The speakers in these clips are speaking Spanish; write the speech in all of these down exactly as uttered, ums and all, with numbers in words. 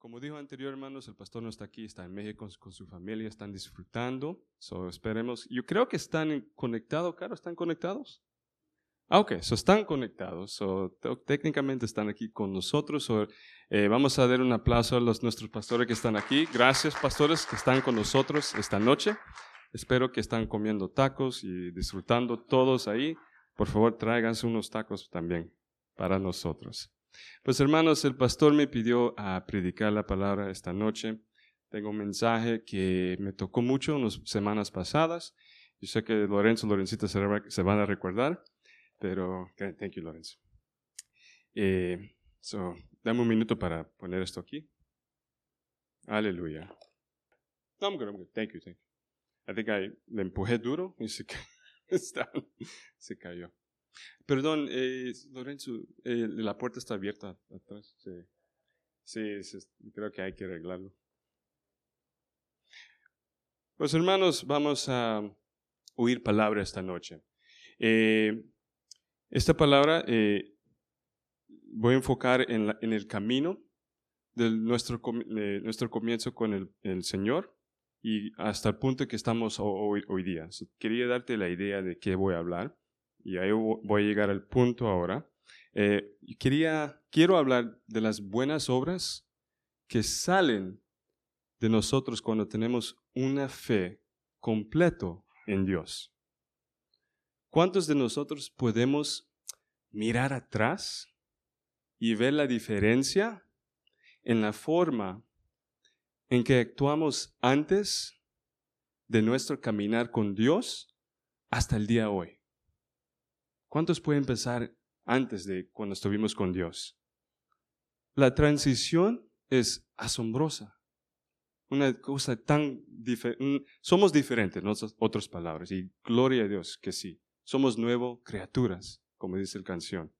Como dijo anterior, hermanos, el pastor no está aquí, está en México con, con su familia, están disfrutando. So, esperemos. Yo creo que están conectados, Caro, ¿están conectados? Ah, ok, so están conectados. So, técnicamente están aquí con nosotros. So, eh, vamos a dar un aplauso a los, nuestros pastores que están aquí. Gracias, pastores, que están con nosotros esta noche. Espero que están comiendo tacos y disfrutando todos ahí. Por favor, tráiganse unos tacos también para nosotros. Pues hermanos, el pastor me pidió a predicar la palabra esta noche. Tengo un mensaje que me tocó mucho unas semanas pasadas. Yo sé que Lorenzo, Lorencita se, se van a recordar, pero thank you, Lorenzo. Eh, so, dame un minuto para poner esto aquí. Aleluya. No, I'm good, I'm good. Thank you, thank you. I think I le empujé duro y se, se cayó. Perdón, eh, Lorenzo, eh, la puerta está abierta atrás. Sí. Sí, sí, creo que hay que arreglarlo. Pues hermanos, vamos a oír palabra esta noche. Eh, esta palabra eh, voy a enfocar en, la, en el camino de nuestro, de nuestro comienzo con el, el Señor y hasta el punto que estamos hoy, hoy día. So, quería darte la idea de qué voy a hablar. Y ahí voy a llegar al punto ahora. Eh, quería, quiero hablar de las buenas obras que salen de nosotros cuando tenemos una fe completo en Dios. ¿Cuántos de nosotros podemos mirar atrás y ver la diferencia en la forma en que actuamos antes de nuestro caminar con Dios hasta el día de hoy? ¿Cuántos pueden pensar antes de cuando estuvimos con Dios? La transición es asombrosa. Una cosa tan diferente. Somos diferentes, en otras palabras, y gloria a Dios que sí. Somos nuevas criaturas, como dice la canción.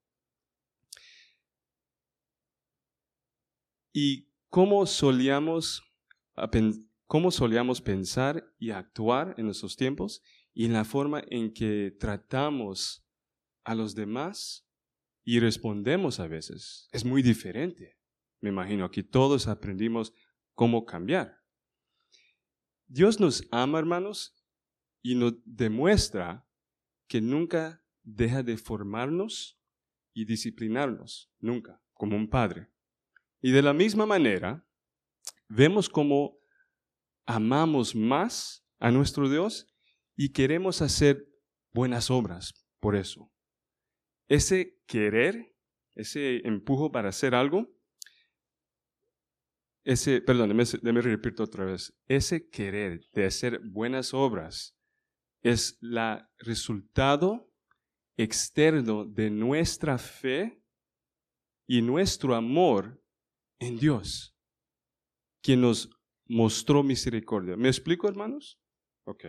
¿Y cómo solíamos, cómo solíamos pensar y actuar en esos tiempos? Y en la forma en que tratamos a los demás y respondemos a veces. Es muy diferente. Me imagino aquí todos aprendimos cómo cambiar. Dios nos ama, hermanos, y nos demuestra que nunca deja de formarnos y disciplinarnos, nunca, como un padre. Y de la misma manera, vemos cómo amamos más a nuestro Dios y queremos hacer buenas obras por eso. Ese querer, ese empujo para hacer algo, ese, perdón, déjame, déjame repetir otra vez, ese querer de hacer buenas obras es el resultado externo de nuestra fe y nuestro amor en Dios, quien nos mostró misericordia. ¿Me explico, hermanos? Ok.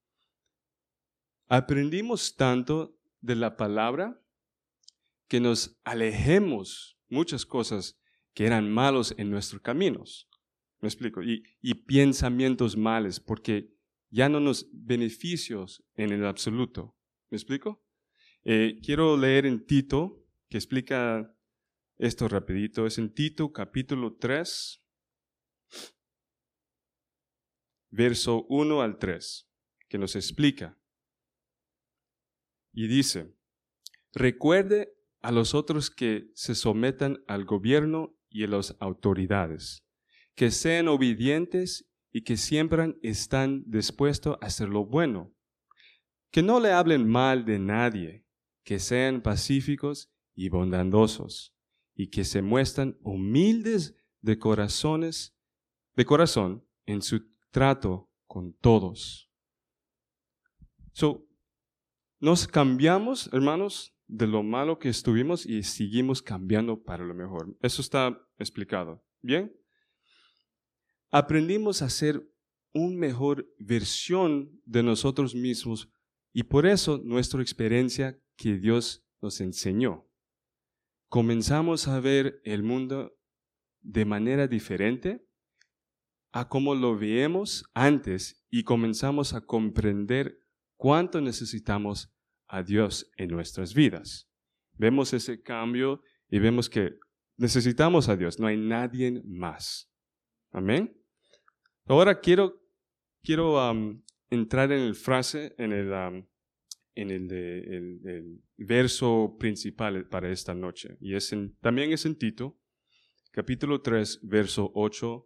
Aprendimos tanto de la palabra que nos alejemos muchas cosas que eran malos en nuestros caminos. ¿Me explico? Y, y pensamientos males, porque ya no nos beneficios en el absoluto. ¿Me explico? Eh, quiero leer en Tito, que explica esto rapidito. Es en Tito capítulo tres, verso uno al tres, que nos explica. Y dice, recuerde a los otros que se sometan al gobierno y a las autoridades, que sean obedientes y que siempre están dispuestos a hacer lo bueno, que no le hablen mal de nadie, que sean pacíficos y bondadosos, y que se muestran humildes de corazones, de corazón en su trato con todos. So, nos cambiamos, hermanos, de lo malo que estuvimos y seguimos cambiando para lo mejor. Eso está explicado. ¿Bien? Aprendimos a ser una mejor versión de nosotros mismos y por eso nuestra experiencia que Dios nos enseñó. Comenzamos a ver el mundo de manera diferente a como lo veíamos antes y comenzamos a comprender cuánto necesitamos a Dios en nuestras vidas. Vemos ese cambio y vemos que necesitamos a Dios, no hay nadie más. Amén. Ahora quiero, quiero um, entrar en el frase, en el, um, en el, de, el, el verso principal para esta noche. Y es en, también es en Tito, capítulo tres, verso ocho,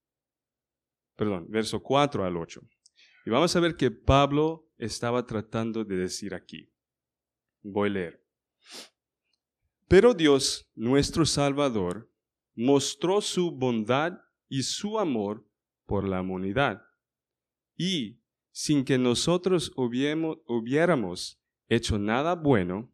perdón, verso cuatro al ocho. Y vamos a ver qué Pablo estaba tratando de decir aquí. Voy a leer. Pero Dios, nuestro Salvador, mostró su bondad y su amor por la humanidad. Y, sin que nosotros hubiéramos, hubiéramos hecho nada bueno,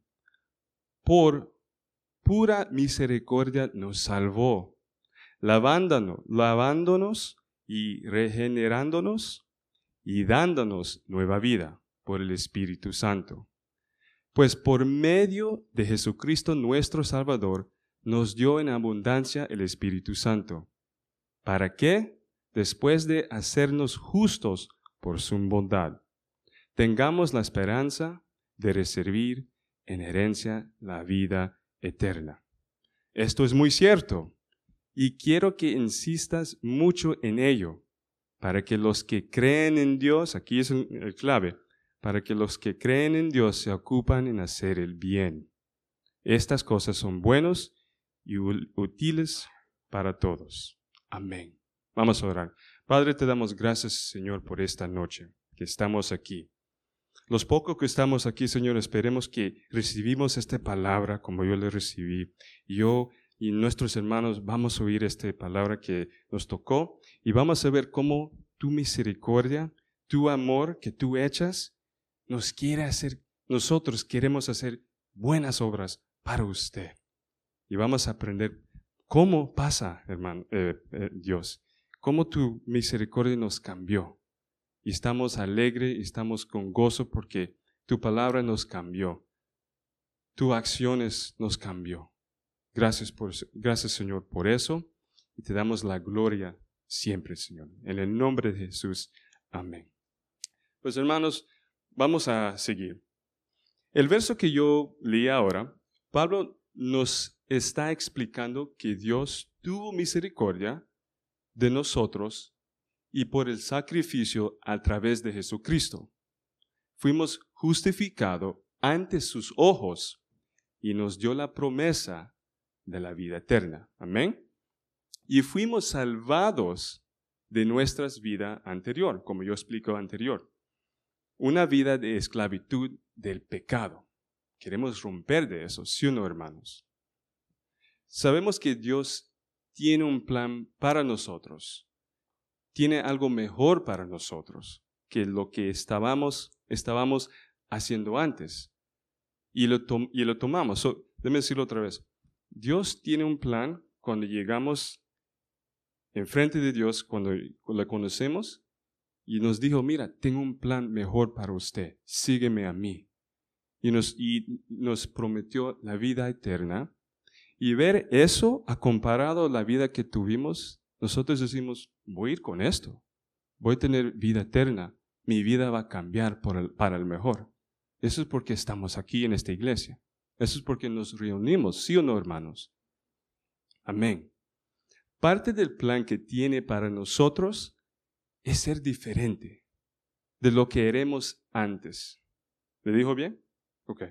por pura misericordia nos salvó, lavándonos, lavándonos y regenerándonos y dándonos nueva vida por el Espíritu Santo. Pues por medio de Jesucristo nuestro Salvador, nos dio en abundancia el Espíritu Santo. ¿Para qué? Después de hacernos justos por su bondad, tengamos la esperanza de recibir en herencia la vida eterna. Esto es muy cierto, y quiero que insistas mucho en ello, para que los que creen en Dios, aquí es el clave, para que los que creen en Dios se ocupan en hacer el bien. Estas cosas son buenos y útiles para todos. Amén. Vamos a orar. Padre, te damos gracias, Señor, por esta noche que estamos aquí. Los pocos que estamos aquí, Señor, esperemos que recibimos esta palabra como yo la recibí. Yo y nuestros hermanos vamos a oír esta palabra que nos tocó y vamos a ver cómo tu misericordia, tu amor que tú echas, nos quiere hacer, nosotros queremos hacer buenas obras para usted. Y vamos a aprender cómo pasa, hermano, eh, eh, Dios, cómo tu misericordia nos cambió. Y estamos alegres y estamos con gozo porque tu palabra nos cambió. Tus acciones nos cambió. Gracias, por, gracias, Señor, por eso. Y te damos la gloria siempre, Señor. En el nombre de Jesús. Amén. Pues, hermanos, vamos a seguir. El verso que yo leí ahora, Pablo nos está explicando que Dios tuvo misericordia de nosotros y por el sacrificio a través de Jesucristo. Fuimos justificados ante sus ojos y nos dio la promesa de la vida eterna. Amén. Y fuimos salvados de nuestras vidas anterior, como yo explico anterior. Una vida de esclavitud del pecado. Queremos romper de eso, ¿sí o no, hermanos? Sabemos que Dios tiene un plan para nosotros. Tiene algo mejor para nosotros que lo que estábamos, estábamos haciendo antes. Y lo, tom, y lo tomamos. So, déjame decirlo otra vez. Dios tiene un plan cuando llegamos enfrente de Dios, cuando lo conocemos, y nos dijo, mira, tengo un plan mejor para usted, sígueme a mí. Y nos, y nos prometió la vida eterna. Y ver eso, a comparado a la vida que tuvimos, nosotros decimos, voy a ir con esto, voy a tener vida eterna, mi vida va a cambiar por el, para el mejor. Eso es porque estamos aquí en esta iglesia. Eso es porque nos reunimos, ¿sí o no, hermanos? Amén. Parte del plan que tiene para nosotros es ser diferente de lo que éramos antes. ¿Le dijo bien? Ok.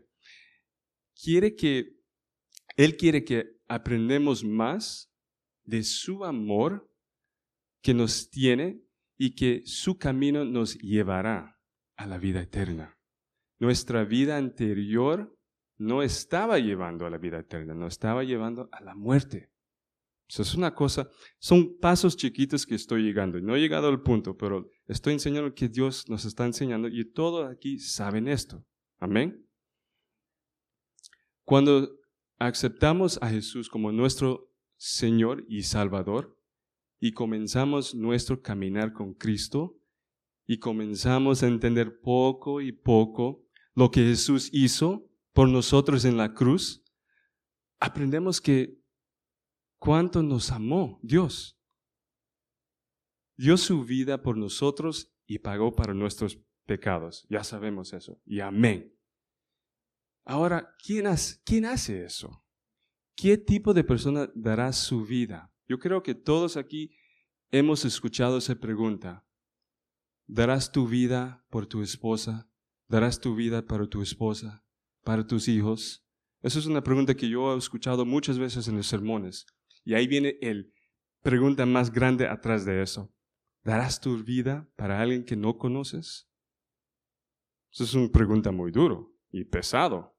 Quiere que, Él quiere que aprendamos más de su amor que nos tiene y que su camino nos llevará a la vida eterna. Nuestra vida anterior no estaba llevando a la vida eterna, no estaba llevando a la muerte. Eso es una cosa, son pasos chiquitos que estoy llegando. No he llegado al punto, pero estoy enseñando que Dios nos está enseñando y todos aquí saben esto. Amén. Cuando aceptamos a Jesús como nuestro Señor y Salvador y comenzamos nuestro caminar con Cristo y comenzamos a entender poco y poco lo que Jesús hizo por nosotros en la cruz, aprendemos que cuánto nos amó Dios. Dio su vida por nosotros y pagó para nuestros pecados. Ya sabemos eso. Y amén. Ahora, ¿quién hace, quién hace eso? ¿Qué tipo de persona dará su vida? Yo creo que todos aquí hemos escuchado esa pregunta. ¿Darás tu vida por tu esposa? ¿Darás tu vida para tu esposa? ¿Para tus hijos? Esa es una pregunta que yo he escuchado muchas veces en los sermones. Y ahí viene la pregunta más grande atrás de eso. ¿Darás tu vida para alguien que no conoces? Esa es una pregunta muy dura y pesado.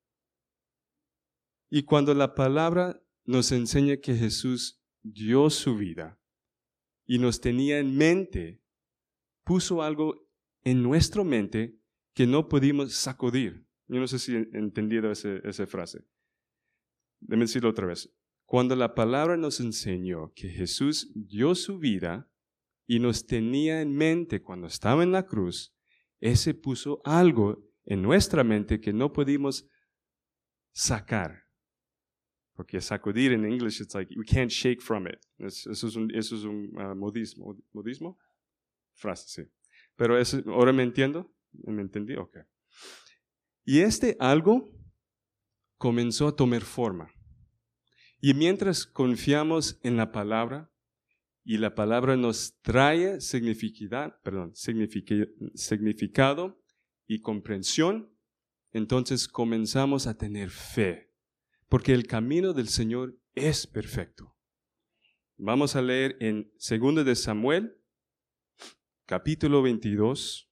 Y cuando la palabra nos enseña que Jesús dio su vida y nos tenía en mente, puso algo en nuestra mente que no pudimos sacudir. Yo no sé si he entendido ese, esa frase. Déjame decirlo otra vez. Cuando la palabra nos enseñó que Jesús dio su vida y nos tenía en mente cuando estaba en la cruz, ese puso algo en nuestra mente que no pudimos sacar. Porque sacudir en inglés, it's like, we can't shake from it. Eso es un, eso es un uh, modismo. ¿Modismo? Frase, sí. Pero eso, ¿ahora me entiendo? ¿Me entendí? Ok. Y este algo comenzó a tomar forma. Y mientras confiamos en la palabra, y la palabra nos trae significado, perdón, significado y comprensión, entonces comenzamos a tener fe, porque el camino del Señor es perfecto. Vamos a leer en Segunda de Samuel, capítulo veintidós,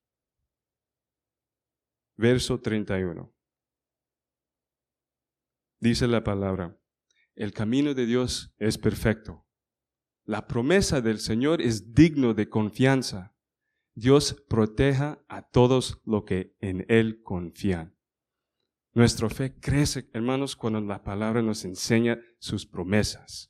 verso treinta y uno. Dice la palabra, el camino de Dios es perfecto. La promesa del Señor es digno de confianza. Dios proteja a todos los que en Él confían. Nuestra fe crece, hermanos, cuando la palabra nos enseña sus promesas.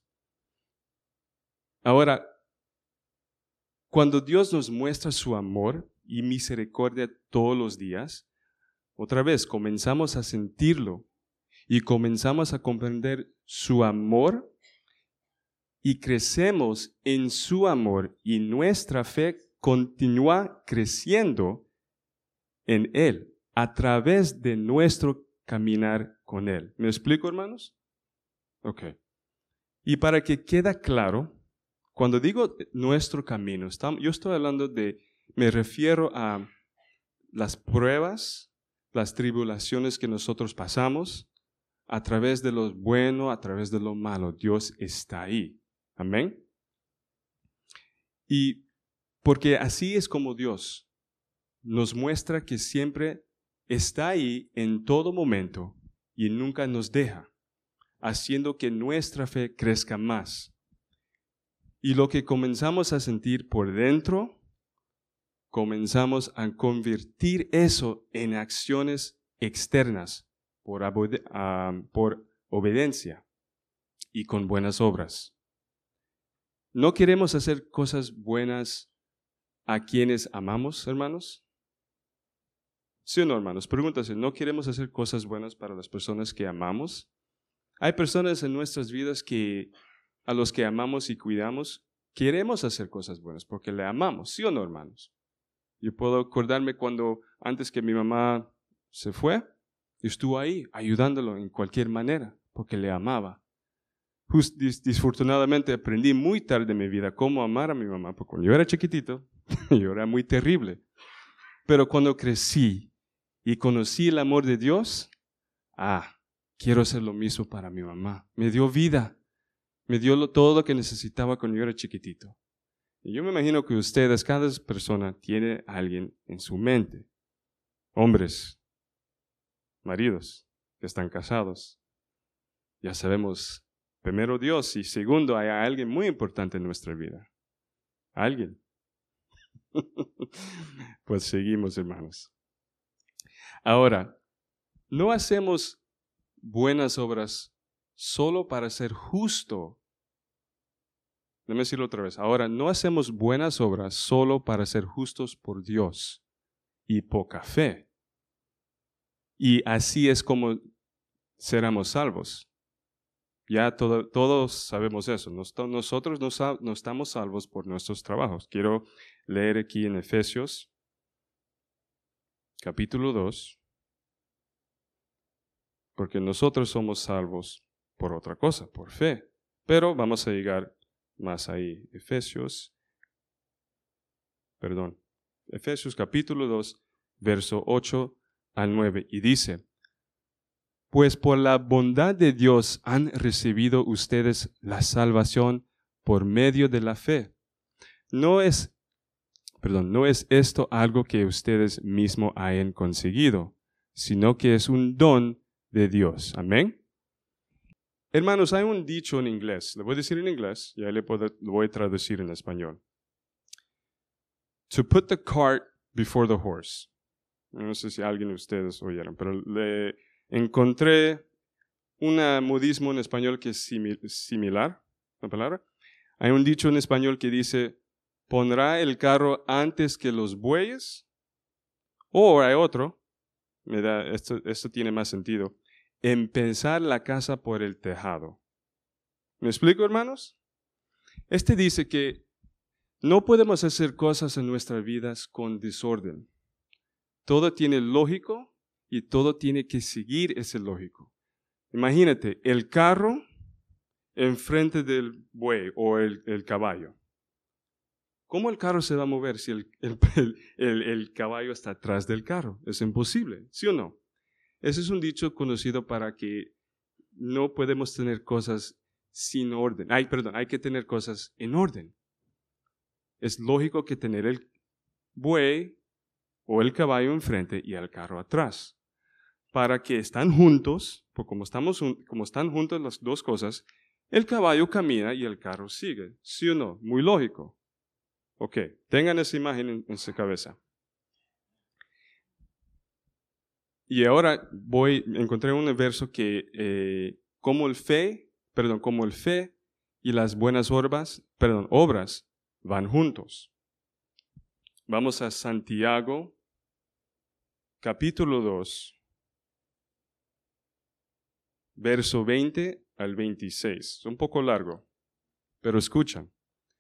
Ahora, cuando Dios nos muestra su amor y misericordia todos los días, otra vez comenzamos a sentirlo y comenzamos a comprender su amor y crecemos en su amor y nuestra fe continúa creciendo en Él a través de nuestro caminar con Él. ¿Me explico, hermanos? Ok. Y para que quede claro, cuando digo nuestro camino, yo estoy hablando de, me refiero a las pruebas, las tribulaciones que nosotros pasamos, a través de lo bueno, a través de lo malo. Dios está ahí. Amén. Y porque así es como Dios nos muestra que siempre está ahí en todo momento y nunca nos deja, haciendo que nuestra fe crezca más. Y lo que comenzamos a sentir por dentro, comenzamos a convertir eso en acciones externas por, obede- uh, por obediencia y con buenas obras. ¿No queremos hacer cosas buenas a quienes amamos, hermanos? ¿Sí o no, hermanos? Pregúntase, ¿no queremos hacer cosas buenas para las personas que amamos? Hay personas en nuestras vidas que a los que amamos y cuidamos, queremos hacer cosas buenas porque le amamos, ¿sí o no, hermanos? Yo puedo acordarme cuando antes que mi mamá se fue, estuvo ahí ayudándolo en cualquier manera porque le amaba. Just, dis, disfortunadamente aprendí muy tarde en mi vida cómo amar a mi mamá, porque cuando yo era chiquitito, yo era muy terrible. Pero cuando crecí y conocí el amor de Dios, ah, quiero hacer lo mismo para mi mamá. Me dio vida, me dio lo, todo lo que necesitaba cuando yo era chiquitito. Y yo me imagino que ustedes, cada persona tiene a alguien en su mente. Hombres, maridos que están casados. Ya sabemos, primero Dios y segundo hay alguien muy importante en nuestra vida. Alguien. Pues seguimos, hermanos. Ahora, no hacemos buenas obras solo para ser justo. Déjame decirlo otra vez. Ahora, no hacemos buenas obras solo para ser justos por Dios y poca fe. Y así es como seremos salvos. Ya todo, todos sabemos eso. Nosotros no, no estamos salvos por nuestros trabajos. Quiero leer aquí en Efesios, capítulo dos, porque nosotros somos salvos por otra cosa, por fe. Pero vamos a llegar más ahí. Efesios, perdón, Efesios capítulo dos, verso ocho al nueve, y dice, pues por la bondad de Dios han recibido ustedes la salvación por medio de la fe. No es, perdón, no es esto algo que ustedes mismos hayan conseguido, sino que es un don de Dios. Amén. Hermanos, hay un dicho en inglés, le voy a decir en inglés, y ahí le puedo, lo voy a traducir en español. To put the cart before the horse. No sé si alguien de ustedes oyeron, pero le encontré un modismo en español que es simil, similar, la palabra. Hay un dicho en español que dice, ¿pondrá el carro antes que los bueyes? O hay otro, me da, esto, esto tiene más sentido, empezar la casa por el tejado. ¿Me explico, hermanos? Este dice que no podemos hacer cosas en nuestras vidas con desorden. Todo tiene lógico y todo tiene que seguir ese lógico. Imagínate, el carro enfrente del buey o el, el caballo. ¿Cómo el carro se va a mover si el, el, el, el caballo está atrás del carro? Es imposible, ¿sí o no? Ese es un dicho conocido para que no podemos tener cosas sin orden. Ay, perdón, hay que tener cosas en orden. Es lógico que tener el buey o el caballo enfrente y el carro atrás. Para que están juntos, porque como, estamos, como están juntas las dos cosas, el caballo camina y el carro sigue. ¿Sí o no? Muy lógico. Ok, tengan esa imagen en, en su cabeza. Y ahora voy, encontré un verso que, eh, como el fe, perdón, como el fe y las buenas obras, perdón, obras van juntos. Vamos a Santiago, capítulo dos, verso veinte al veintiséis. Es un poco largo, pero escuchan.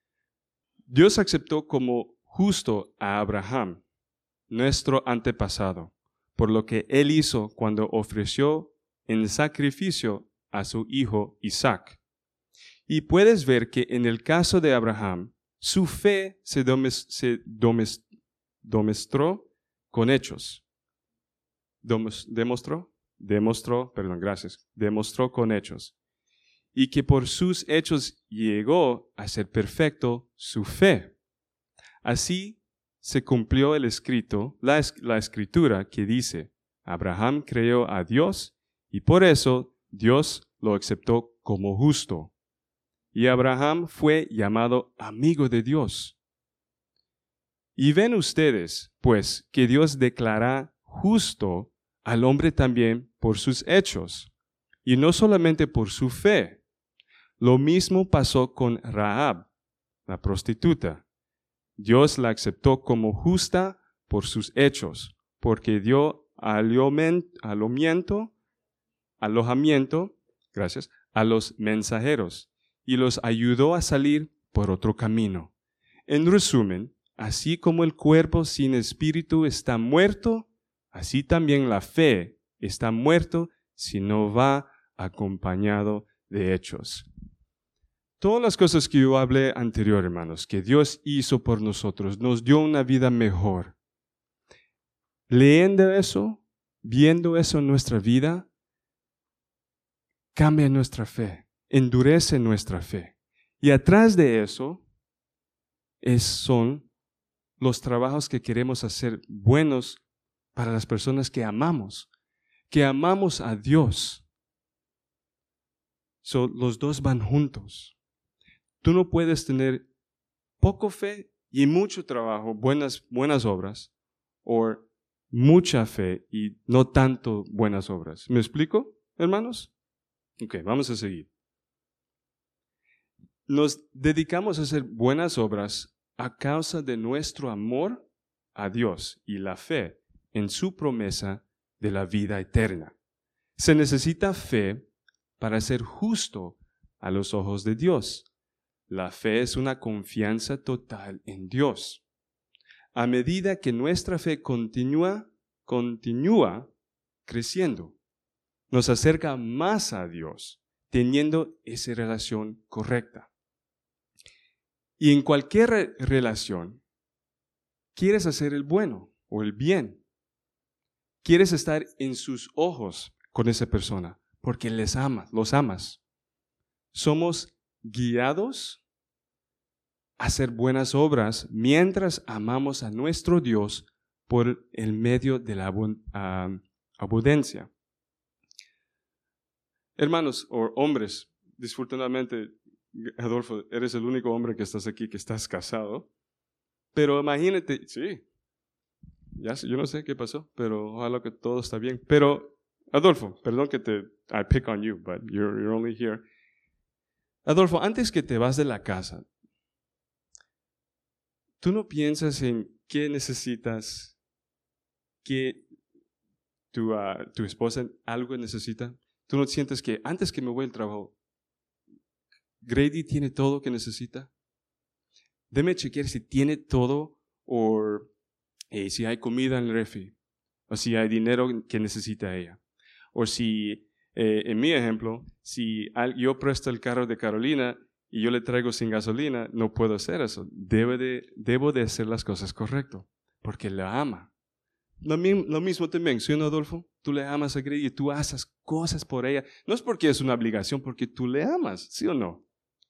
Dios aceptó como justo a Abraham, nuestro antepasado, por lo que él hizo cuando ofreció en sacrificio a su hijo Isaac. Y puedes ver que en el caso de Abraham, su fe se, domes, se domes, demostró con hechos. Demos, ¿Demostró? Demostró, perdón, gracias. Demostró con hechos. Y que por sus hechos llegó a ser perfecto su fe. Así se cumplió el escrito, la, la escritura que dice, Abraham creyó a Dios y por eso Dios lo aceptó como justo. Y Abraham fue llamado amigo de Dios. Y ven ustedes, pues, que Dios declara justo al hombre también por sus hechos, y no solamente por su fe. Lo mismo pasó con Rahab, la prostituta. Dios la aceptó como justa por sus hechos, porque dio alojamiento, alojamiento, gracias, a los mensajeros y los ayudó a salir por otro camino. En resumen, así como el cuerpo sin espíritu está muerto, así también la fe está muerto si no va acompañado de hechos. Todas las cosas que yo hablé anterior, hermanos, que Dios hizo por nosotros, nos dio una vida mejor. Leyendo eso, viendo eso en nuestra vida, cambia nuestra fe, endurece nuestra fe. Y atrás de eso es, son los trabajos que queremos hacer buenos para las personas que amamos, que amamos a Dios. So, los dos van juntos. Tú no puedes tener poco fe y mucho trabajo, buenas, buenas obras, o mucha fe y no tanto buenas obras. ¿Me explico, hermanos? Ok, vamos a seguir. Nos dedicamos a hacer buenas obras a causa de nuestro amor a Dios y la fe en su promesa de la vida eterna. Se necesita fe para ser justo a los ojos de Dios. La fe es una confianza total en Dios. A medida que nuestra fe continúa, continúa creciendo, nos acerca más a Dios, teniendo esa relación correcta. Y en cualquier relación, quieres hacer el bueno o el bien. Quieres estar en sus ojos con esa persona porque les amas, los amas. Somos guiados a hacer buenas obras mientras amamos a nuestro Dios por el medio de la abund- uh, abundancia. Hermanos o hombres, disfortunadamente, Adolfo, eres el único hombre que estás aquí que estás casado. Pero imagínate, sí, ya sé, yo no sé qué pasó, pero ojalá que todo está bien. Pero, Adolfo, perdón que te, I pick on you, but you're, you're only here. Adolfo, antes que te vas de la casa, ¿tú no piensas en qué necesitas, qué tu, uh, tu esposa algo necesita? ¿Tú no sientes que antes que me voy al trabajo, Grady tiene todo lo que necesita? Déme chequear si tiene todo o eh, si hay comida en el refri o si hay dinero que necesita ella. O si, eh, en mi ejemplo, si yo presto el carro de Carolina y yo le traigo sin gasolina, no puedo hacer eso. Debo de, debo de hacer las cosas correctas porque la ama. Lo, lo mismo también, ¿sí o no, Adolfo? Tú le amas a Grady y tú haces cosas por ella. No es porque es una obligación, porque tú le amas, ¿sí o no?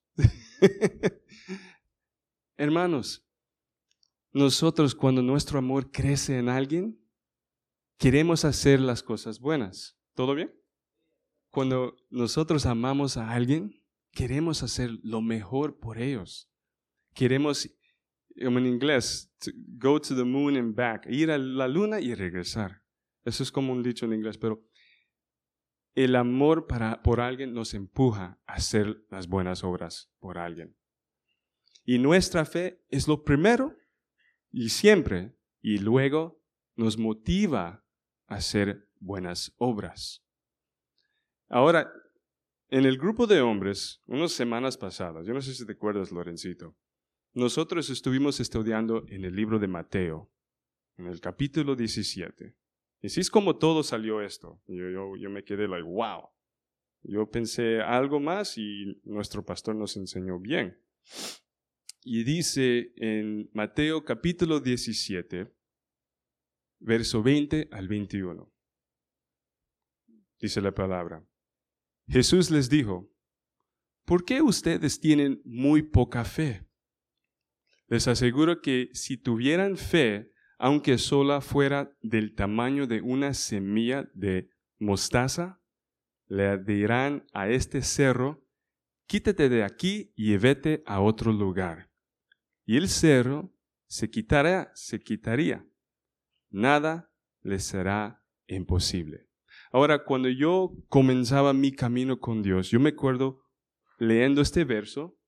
Hermanos, nosotros cuando nuestro amor crece en alguien, queremos hacer las cosas buenas. ¿Todo bien? Cuando nosotros amamos a alguien, queremos hacer lo mejor por ellos. Queremos, como en inglés, to go to the moon and back, ir a la luna y regresar. Eso es como un dicho en inglés, pero el amor para, por alguien nos empuja a hacer las buenas obras por alguien. Y nuestra fe es lo primero y siempre, y luego nos motiva a hacer buenas obras. Ahora, en el grupo de hombres, unas semanas pasadas, yo no sé si te acuerdas, Lorencito, nosotros estuvimos estudiando en el libro de Mateo, en el capítulo diecisiete. Y así es como todo salió esto. Yo, yo, yo me quedé like, wow. Yo pensé algo más y nuestro pastor nos enseñó bien. Y dice en Mateo capítulo diecisiete, verso veinte al veintiuno. Dice la palabra. Jesús les dijo, ¿por qué ustedes tienen muy poca fe? Les aseguro que si tuvieran fe, aunque sola fuera del tamaño de una semilla de mostaza, le dirán a este cerro, quítate de aquí y vete a otro lugar. Y el cerro se quitará, se quitaría. Nada les será imposible. Ahora, cuando yo comenzaba mi camino con Dios, yo me acuerdo leyendo este verso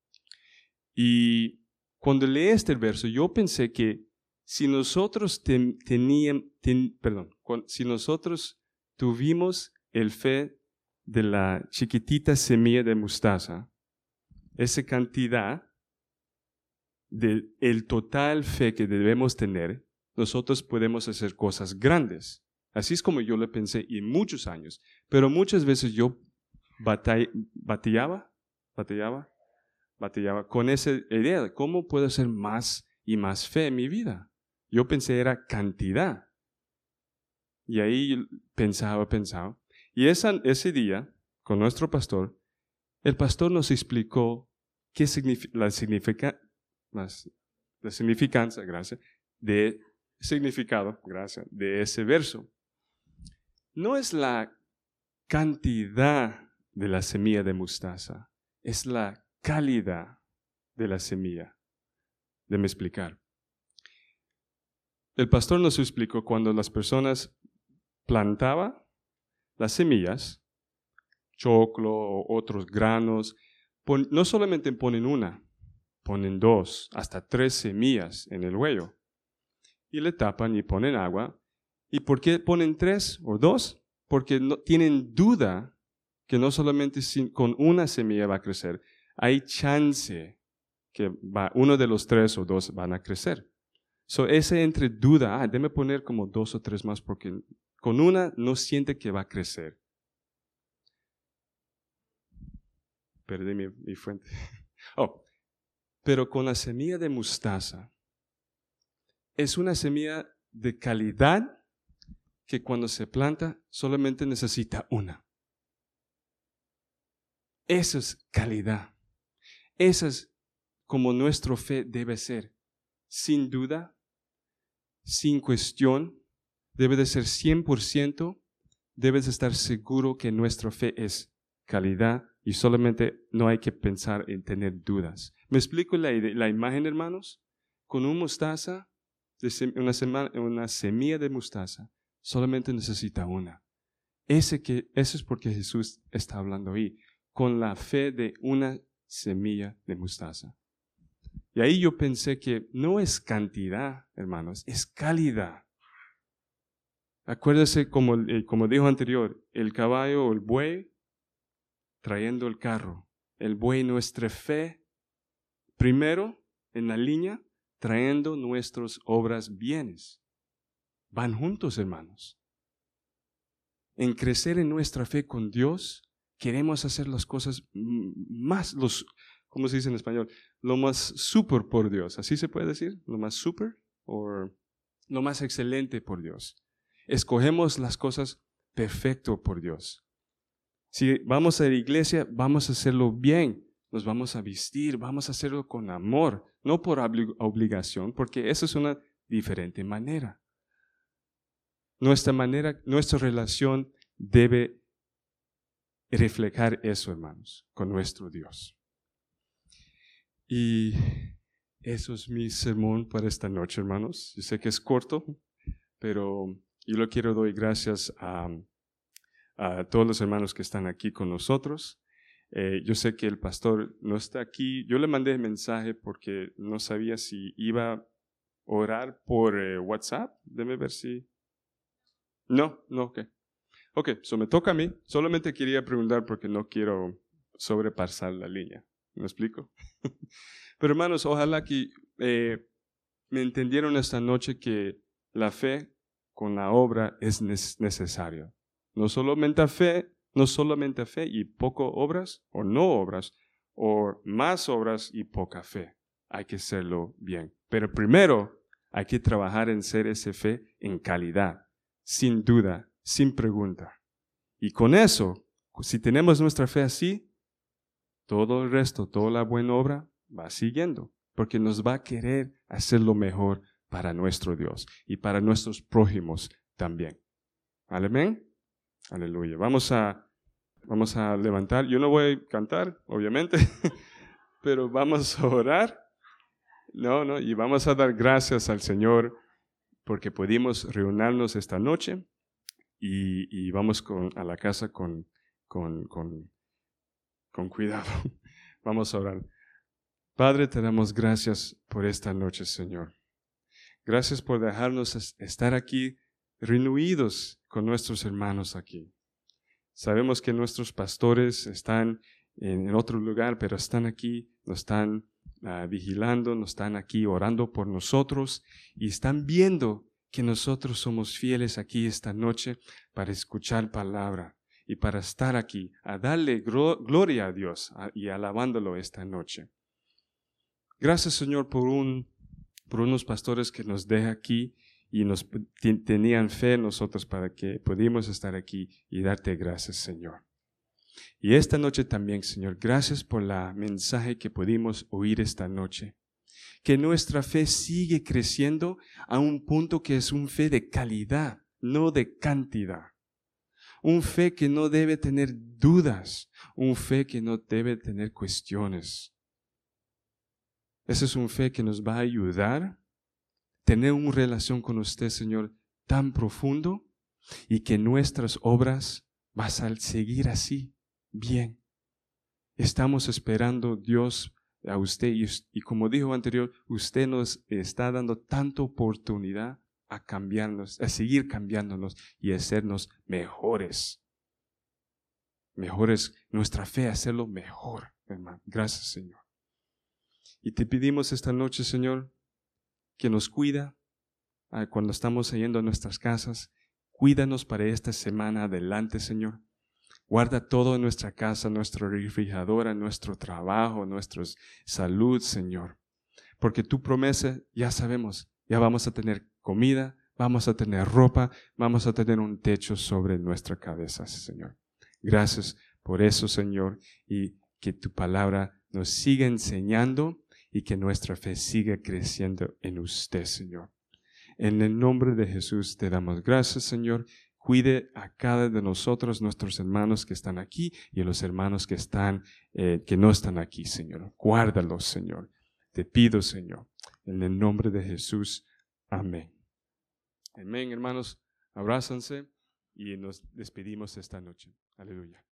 y cuando leí este verso, yo pensé que si nosotros ten, teníamos, ten, perdón, cuando, si nosotros tuvimos el fe de la chiquitita semilla de mostaza, esa cantidad de el total fe que debemos tener, nosotros podemos hacer cosas grandes. Así es como yo lo pensé y muchos años. Pero muchas veces yo batall, batallaba, batallaba, batallaba con esa idea de cómo puedo hacer más y más fe en mi vida. Yo pensé era cantidad. Y ahí pensaba, pensaba. Y esa, ese día, con nuestro pastor, el pastor nos explicó qué significa, la, significa, las, la significancia, gracias, de significado, gracias, de ese verso. No es la cantidad de la semilla de mostaza, es la calidad de la semilla. Déjame explicar. El pastor nos explicó cuando las personas plantaban las semillas, choclo o otros granos, pon, no solamente ponen una, ponen dos, hasta tres semillas en el hueco. Y le tapan y ponen agua. ¿Y por qué ponen tres o dos? Porque no, tienen duda que no solamente sin, con una semilla va a crecer, hay chance que va, uno de los tres o dos van a crecer. So, ese entre duda, ah, déme poner como dos o tres más porque con una no siente que va a crecer. Perdí mi, mi fuente. Oh, pero con la semilla de mostaza, es una semilla de calidad que cuando se planta solamente necesita una. Eso es calidad. Esa es como nuestra fe debe ser. Sin duda, sin cuestión, debe de ser cien por ciento. Debes estar seguro que nuestra fe es calidad y solamente no hay que pensar en tener dudas. ¿Me explico la, la imagen, hermanos? Con un mostaza, una, sema, una semilla de mostaza, solamente necesita una. Ese que, eso es porque Jesús está hablando ahí, con la fe de una semilla de mostaza. Y ahí yo pensé que no es cantidad, hermanos, es calidad. Acuérdese, como, como dijo anterior, el caballo o el buey trayendo el carro. El buey, nuestra fe, primero en la línea, trayendo nuestras obras bienes. Van juntos, hermanos. En crecer en nuestra fe con Dios, queremos hacer las cosas más, los, ¿cómo se dice en español? Lo más super por Dios. ¿Así se puede decir? ¿Lo más super? ¿O lo más excelente por Dios? Escogemos las cosas perfecto por Dios. Si vamos a la iglesia, vamos a hacerlo bien. Nos vamos a vestir, vamos a hacerlo con amor, no por obligación, porque esa es una diferente manera. Nuestra manera, nuestra relación debe reflejar eso, hermanos, con nuestro Dios. Y eso es mi sermón para esta noche, hermanos. Yo sé que es corto, pero yo lo quiero dar gracias a, a todos los hermanos que están aquí con nosotros. Eh, yo sé que el pastor no está aquí. Yo le mandé el mensaje porque no sabía si iba a orar por eh, WhatsApp. Déjame ver si... No, no, ok. Ok, so me toca a mí. Solamente quería preguntar porque no quiero sobrepasar la línea. ¿Me explico? Pero hermanos, ojalá que eh, me entendieron esta noche que la fe con la obra es necesaria. No solamente fe, no solamente fe y poco obras, o no obras, o más obras y poca fe. Hay que hacerlo bien. Pero primero hay que trabajar en ser esa fe en calidad, sin duda, sin pregunta. Y con eso, si tenemos nuestra fe así, todo el resto, toda la buena obra va siguiendo, porque nos va a querer hacer lo mejor para nuestro Dios y para nuestros prójimos también. Amén. Aleluya. Vamos a, vamos a levantar. Yo no voy a cantar, obviamente, pero vamos a orar. No, no, y vamos a dar gracias al Señor porque pudimos reunirnos esta noche y, y vamos con, a la casa con, con, con, con cuidado. Vamos a orar. Padre, te damos gracias por esta noche, Señor. Gracias por dejarnos estar aquí reunidos con nuestros hermanos aquí. Sabemos que nuestros pastores están en otro lugar, pero están aquí, nos están uh, vigilando, nos están aquí orando por nosotros y están viendo que nosotros somos fieles aquí esta noche para escuchar palabra y para estar aquí, a darle gro- gloria a Dios a, y alabándolo esta noche. Gracias, Señor, por, un, por unos pastores que nos dejan aquí y nos t- tenían fe en nosotros para que pudimos estar aquí y darte gracias, Señor. Y esta noche también, Señor, gracias por la mensaje que pudimos oír esta noche. Que nuestra fe sigue creciendo a un punto que es un fe de calidad, no de cantidad. Un fe que no debe tener dudas, un fe que no debe tener cuestiones. Esa es un fe que nos va a ayudar a tener una relación con usted, Señor, tan profundo y que nuestras obras van a seguir así, bien. Estamos esperando, Dios, a usted y, y como dijo anterior, usted nos está dando tanta oportunidad a cambiarnos, a seguir cambiándonos y a hacernos mejores. Mejores, nuestra fe, hacerlo mejor, hermano. Gracias, Señor. Y te pedimos esta noche, Señor, que nos cuida ah, cuando estamos yendo a nuestras casas. Cuídanos para esta semana adelante, Señor. Guarda todo en nuestra casa, nuestra refrigeradora, nuestro trabajo, nuestra salud, Señor. Porque tu promesa, ya sabemos, Ya vamos a tener comida, vamos a tener ropa, vamos a tener un techo sobre nuestra cabeza, Señor. Gracias por eso, Señor, y que tu palabra nos siga enseñando y que nuestra fe siga creciendo en usted, Señor. En el nombre de Jesús te damos gracias, Señor. Cuide a cada de nosotros, nuestros hermanos que están aquí y a los hermanos que, están, eh, que no están aquí, Señor. Guárdalos, Señor. Te pido, Señor, en el nombre de Jesús. Amén. Amén, hermanos. Abrázense y nos despedimos esta noche. Aleluya.